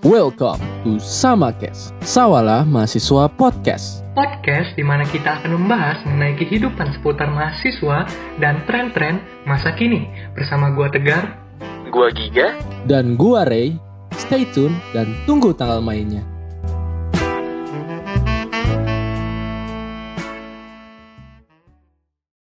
Welcome to Samakes, Sawala Mahasiswa Podcast. Podcast di mana kita akan membahas mengenai kehidupan seputar mahasiswa dan tren-tren masa kini. Bersama gua Tegar, gua Giga, dan gua Ray. Stay tune dan tunggu tanggal mainnya.